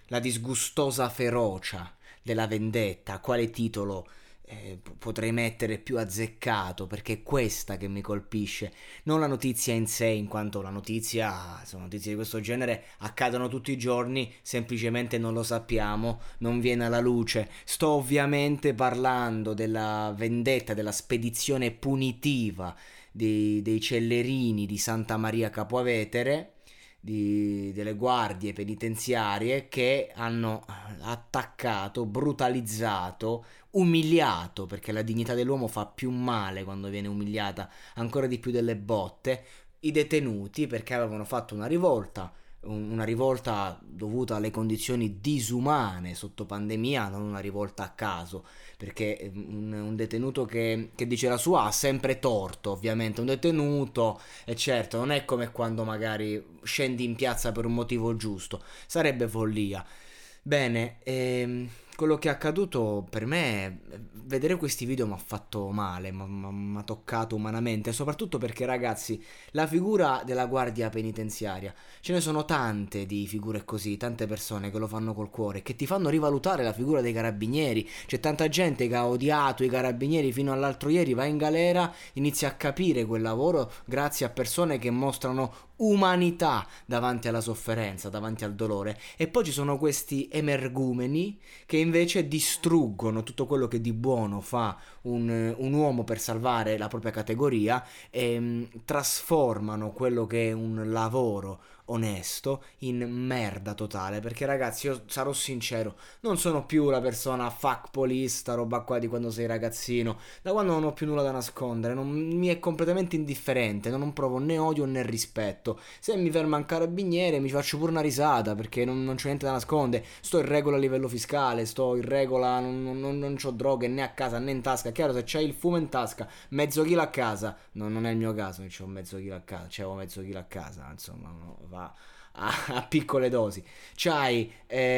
la disgustosa ferocia della vendetta. A quale titolo potrei mettere più azzeccato? Perché è questa che mi colpisce, non la notizia in sé, in quanto la notizia, insomma, notizie di questo genere accadono tutti i giorni, semplicemente non lo sappiamo, non viene alla luce. Sto ovviamente parlando della vendetta, della spedizione punitiva dei Cellerini di Santa Maria Capua Vetere, delle guardie penitenziarie che hanno attaccato, brutalizzato, umiliato, perché la dignità dell'uomo fa più male quando viene umiliata ancora di più delle botte, i detenuti, perché avevano fatto una rivolta dovuta alle condizioni disumane sotto pandemia, non una rivolta a caso, perché un detenuto che dice la sua ha sempre torto, ovviamente. Un detenuto, e certo, non è come quando magari scendi in piazza per un motivo giusto, sarebbe follia. Bene, quello che è accaduto per me, vedere questi video mi ha fatto male, mi ha toccato umanamente, soprattutto perché, ragazzi, la figura della guardia penitenziaria, ce ne sono tante di figure così, tante persone che lo fanno col cuore, che ti fanno rivalutare la figura dei carabinieri. C'è tanta gente che ha odiato i carabinieri fino all'altro ieri, va in galera, inizia a capire quel lavoro grazie a persone che mostrano umanità davanti alla sofferenza, davanti al dolore. E poi ci sono questi emergumeni che invece distruggono tutto quello che di buono fa un uomo per salvare la propria categoria, e trasformano quello che è un lavoro onesto in merda totale. Perché, ragazzi, io sarò sincero, non sono più la persona fuck police, sta roba qua di quando sei ragazzino, da quando non ho più nulla da nascondere, mi è completamente indifferente, non provo né odio né rispetto. Se mi ferma un carabiniere mi faccio pure una risata, perché non c'ho niente da nascondere, sto in regola a livello fiscale, sto in regola, non c'ho droghe né a casa né in tasca. Chiaro, se c'hai il fumo in tasca, mezzo chilo a casa, non è il mio caso che c'ho mezzo chilo a casa, c'avevo mezzo chilo a casa, insomma, no, va a piccole dosi. C'hai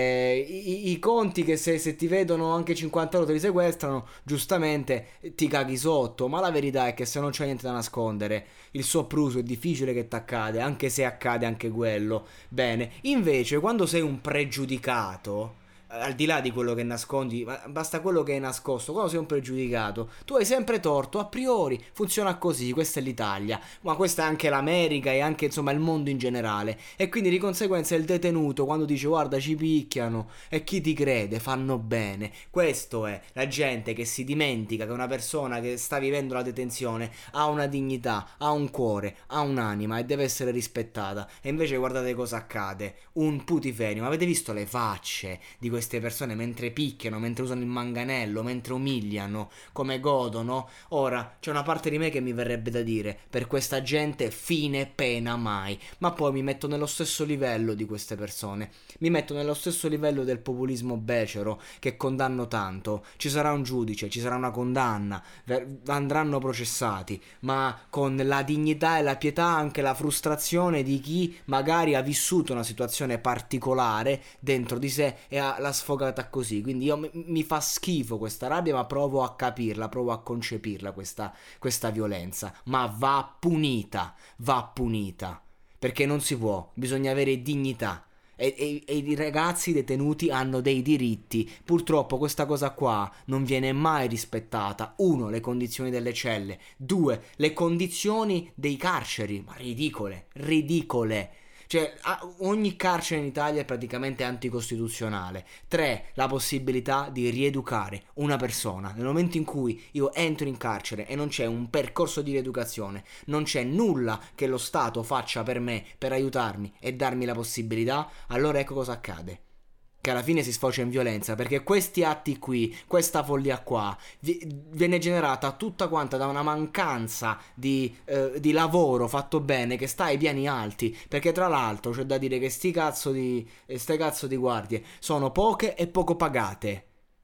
i conti che se ti vedono anche 50 euro te li sequestrano, giustamente ti caghi sotto. Ma la verità è che se non c'hai niente da nascondere, il sopruso è difficile che ti accade, anche se accade anche quello. Bene, invece quando sei un pregiudicato, al di là di quello che nascondi, basta quello che è nascosto, quando sei un pregiudicato tu hai sempre torto a priori, funziona così, questa è l'Italia, ma questa è anche l'America e anche, insomma, il mondo in generale. E quindi di conseguenza il detenuto, quando dice guarda ci picchiano, e chi ti crede, fanno bene. Questo è la gente che si dimentica che una persona che sta vivendo la detenzione ha una dignità, ha un cuore, ha un'anima e deve essere rispettata. E invece guardate cosa accade, un putiferio. Ma avete visto le facce di queste persone mentre picchiano, mentre usano il manganello, mentre umiliano, come godono? Ora, c'è una parte di me che mi verrebbe da dire, per questa gente fine pena mai. Ma poi mi metto nello stesso livello di queste persone, mi metto nello stesso livello del populismo becero che condanno tanto. Ci sarà un giudice, ci sarà una condanna, andranno processati, ma con la dignità e la pietà, anche la frustrazione di chi magari ha vissuto una situazione particolare dentro di sé e l'ha sfogata così. Quindi mi fa schifo questa rabbia, ma provo a capirla, provo a concepirla questa violenza. Ma va punita, perché non si può, bisogna avere dignità. E i ragazzi detenuti hanno dei diritti. Purtroppo questa cosa qua non viene mai rispettata. Uno, le condizioni delle celle. Due, le condizioni dei carceri. Ma ridicole. Cioè, ogni carcere in Italia è praticamente anticostituzionale. 3. La possibilità di rieducare una persona. Nel momento in cui io entro in carcere e non c'è un percorso di rieducazione, non c'è nulla che lo Stato faccia per me, per aiutarmi e darmi la possibilità, allora ecco cosa accade. Che alla fine si sfocia in violenza, perché questi atti qui, questa follia qua, viene generata tutta quanta da una mancanza di lavoro fatto bene, che sta ai piani alti. Perché tra l'altro c'è da dire che ste cazzo di guardie sono poche e poco pagate.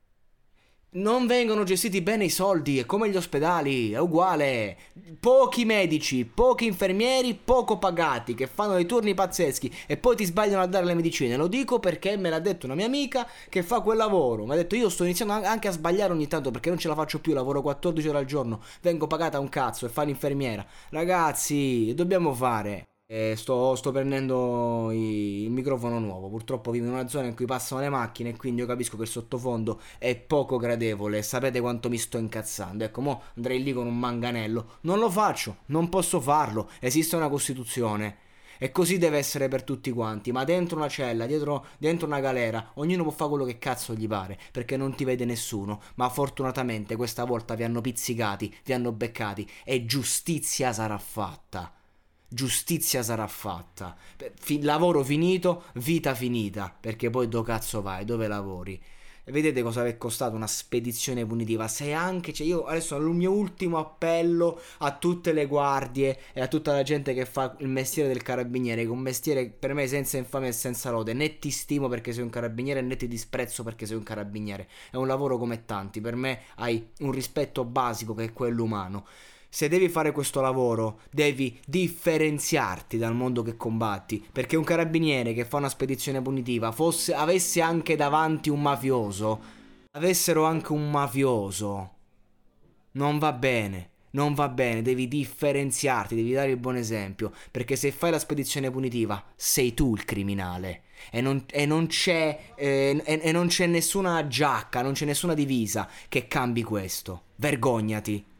Non vengono gestiti bene i soldi, è come gli ospedali, è uguale. Pochi medici, pochi infermieri, poco pagati, che fanno dei turni pazzeschi e poi ti sbagliano a dare le medicine. Lo dico perché me l'ha detto una mia amica che fa quel lavoro. Mi ha detto io sto iniziando anche a sbagliare ogni tanto perché non ce la faccio più, lavoro 14 ore al giorno, vengo pagata un cazzo e fa l'infermiera. Ragazzi, dobbiamo fare. Sto prendendo il microfono nuovo. Purtroppo vivo in una zona in cui passano le macchine e quindi io capisco che il sottofondo è poco gradevole. Sapete quanto mi sto incazzando. Ecco, mo andrei lì con un manganello. Non lo faccio, non posso farlo. Esiste una Costituzione. E così deve essere per tutti quanti. Ma dentro una cella, dentro una galera, ognuno può fare quello che cazzo gli pare. Perché non ti vede nessuno. Ma fortunatamente questa volta vi hanno pizzicati, vi hanno beccati. E giustizia sarà fatta. Giustizia sarà fatta. Lavoro finito, vita finita. Perché poi do cazzo vai, dove lavori? E vedete cosa vi è costato una spedizione punitiva? Se anche, cioè io adesso il mio ultimo appello a tutte le guardie e a tutta la gente che fa il mestiere del carabiniere, che è un mestiere per me senza infamia e senza lode. Né ti stimo perché sei un carabiniere, né ti disprezzo perché sei un carabiniere. È un lavoro come tanti. Per me hai un rispetto basico che è quello umano. Se devi fare questo lavoro, devi differenziarti dal mondo che combatti. Perché un carabiniere che fa una spedizione punitiva avesse anche davanti un mafioso, avessero anche un mafioso, non va bene. Non va bene, devi differenziarti, devi dare il buon esempio. Perché se fai la spedizione punitiva, sei tu il criminale. E non c'è nessuna giacca, non c'è nessuna divisa che cambi questo. Vergognati.